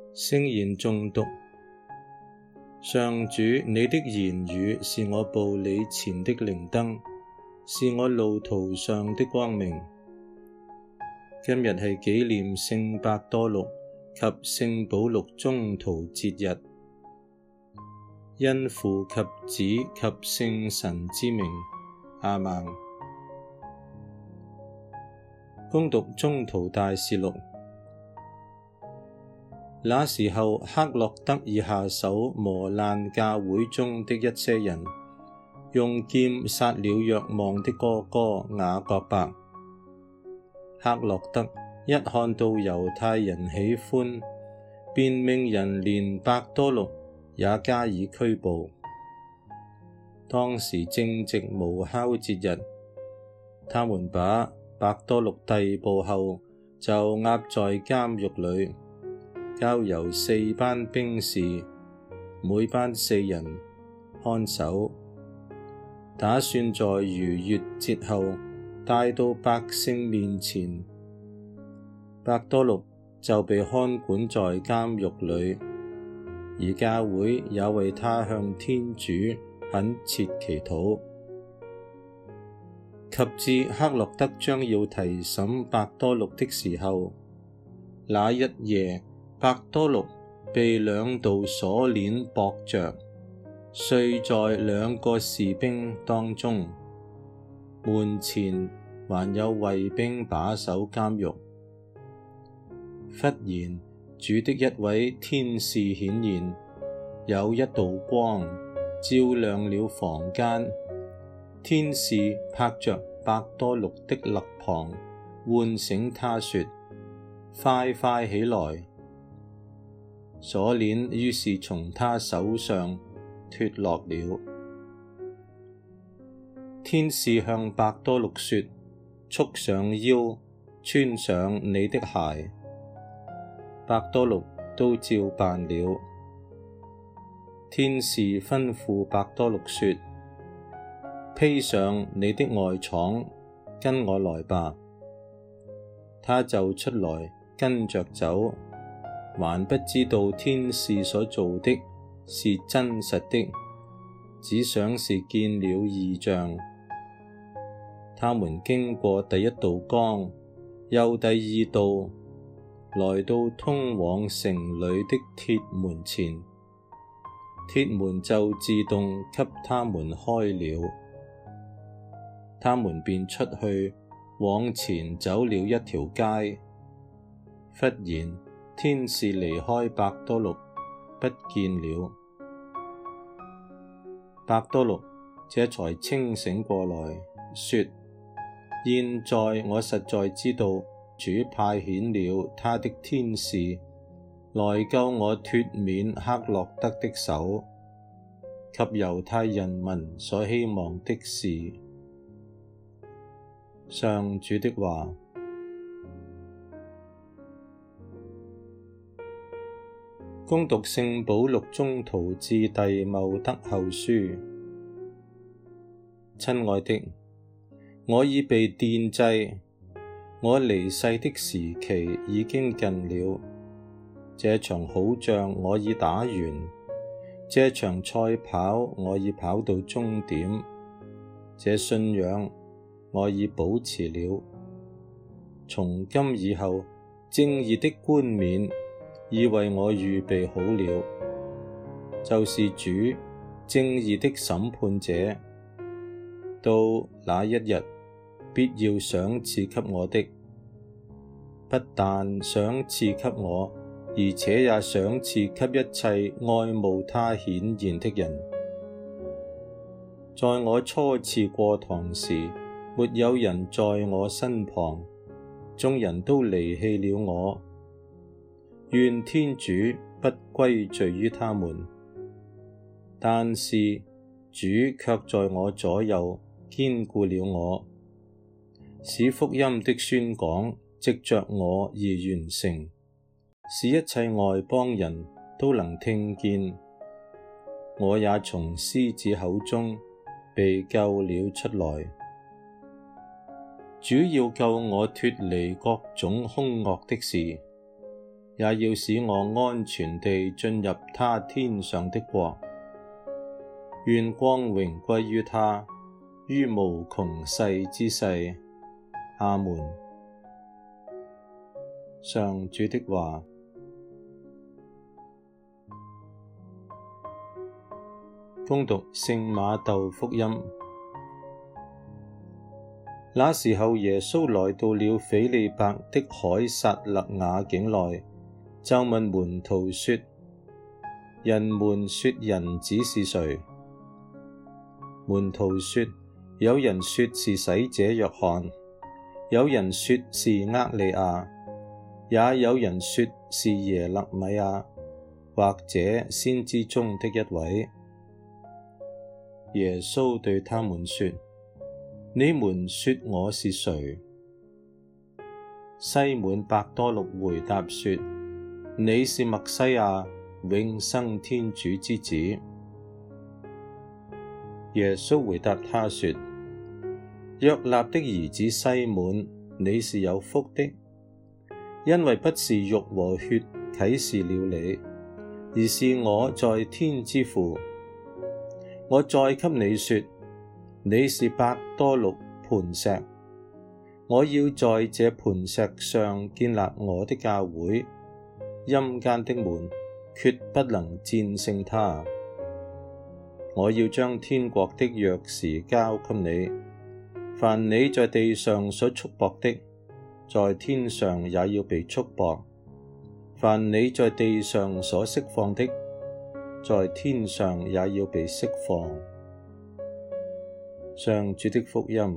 聖言誦讀。上主，你的言語是我步履前的靈燈，是我路途上的光明。今日係紀念聖伯多祿及聖保祿宗徒節日，因父及子及聖神之名，阿們。恭讀宗徒大事錄。那時候，黑落德已下手磨難教會中的一些人，用劍殺了若望的哥哥雅各伯。黑落德一看到猶太人喜歡，便命人連伯多祿也加以拘捕。當時正值無酵節日，他們把伯多祿逮捕後，就押在監獄裡，交由4班兵士，每班4人看守，打算在逾越節後帶到百姓面前。伯多祿就被看管在監獄裡，而教會也為他向天主懇切祈禱。及至黑落德將要提審伯多祿的時候，那一夜，伯多祿被2道鎖鏈綁着，睡在2個士兵當中，門前還有衛兵把守監獄。忽然，主的一位天使顯現，有一道光照亮了房間。天使拍着伯多祿的肋膀，喚醒他說：快快起來！鎖鏈於是從他手上脫落了。天使向伯多祿說：束上腰，穿上你的鞋。伯多祿都照辦了。天使吩咐伯多祿說：披上你的外氅，跟我來吧。他就出來跟着走，還不知道天使所做的是真實的，只想是見了異象。他們經過第一道光，又第2道，來到通往城裡的鐵門前，鐵門就自動給他們開了。他們便出去，往前走了一條街。忽然，天使離開伯多祿，不見了。伯多祿這才清醒過來，說：現在我實在知道主派遣了他的天使，來救我脫免黑落德的手，及猶太人民所希望的事。上主的話。恭讀聖保祿宗徒致弟茂德後書。親愛的，我已被奠祭，我離世的時期已經近了。這場好仗我已打完，這場賽跑我已跑到終點，這信仰我已保持了。從今以後，正義的冠冕已為我預備好了，就是主正義的審判者，到那一日必要賞賜給我的，不但賞賜給我，而且也賞賜給一切愛慕他顯現的人。在我初次過堂時，沒有人在我身旁，眾人都離棄了我。願天主不歸罪於他們，但是主卻在我左右堅固了我，使福音的宣講藉着我而完成，使一切外邦人都能聽見。我也從獅子口中被救了出來。主要救我脫離各種兇惡的事， 也要使我安全地進入他天上的國。願光榮歸於他，於無窮世之世。阿門。上主的話。恭讀聖瑪竇福音。那時候，耶穌來到了斐理伯的凱撒勒雅境內，就問門徒說：人們說人子是誰？門徒說：有人說是洗者若翰，有人說是厄里亞，也有人說是耶肋米亞，或者先知中的一位。耶穌對他們說：你們說我是誰？西滿伯多祿回答說：你是默西亞，永生天主之子。耶穌回答他說：約納的兒子西滿，你是有福的，因為不是肉和血啟示了你，而是我在天之父。我再給你說，你是伯多祿磐石，我要在這磐石上建立我的教會，陰間的門決不能戰勝它。我要將天國的鑰匙交給你，凡你在地上所束縛的，在天上也要被束縛；凡你在地上所釋放的，在天上也要被釋放。上主的福音。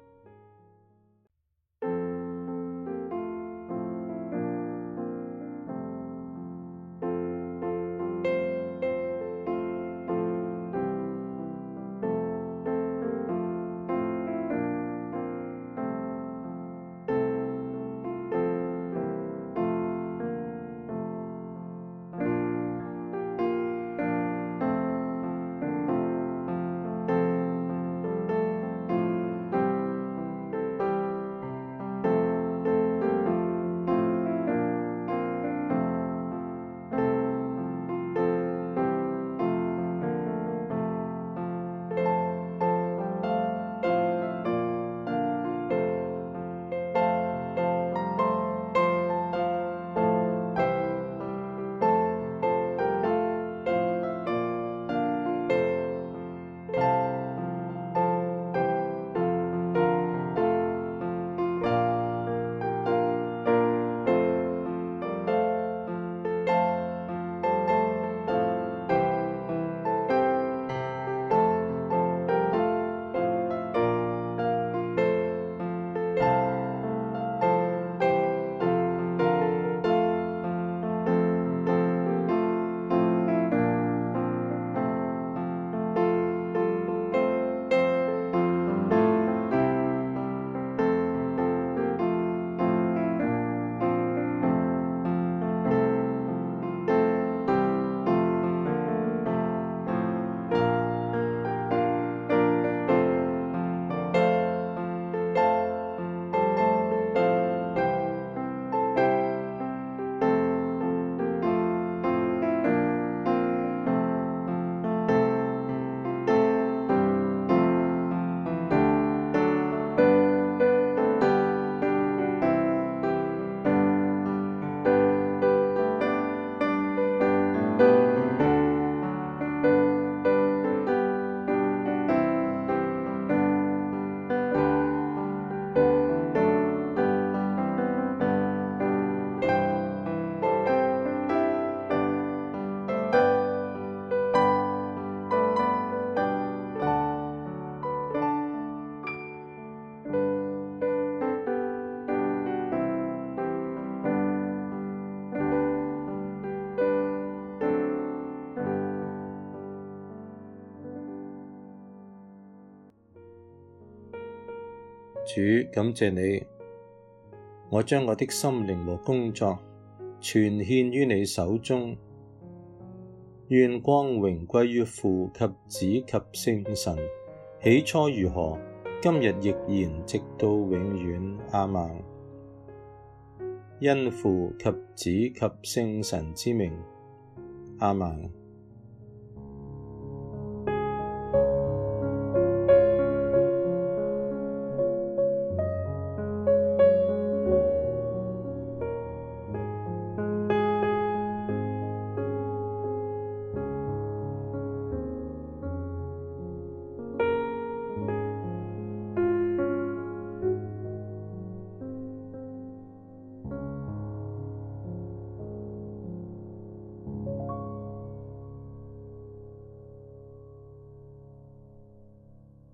主，感謝你，我將我的心靈和工作全獻於你手中，願光榮歸於父及子及聖神，起初如何，今日亦然，直到永遠。阿們。 因父及子及聖神之名，阿們。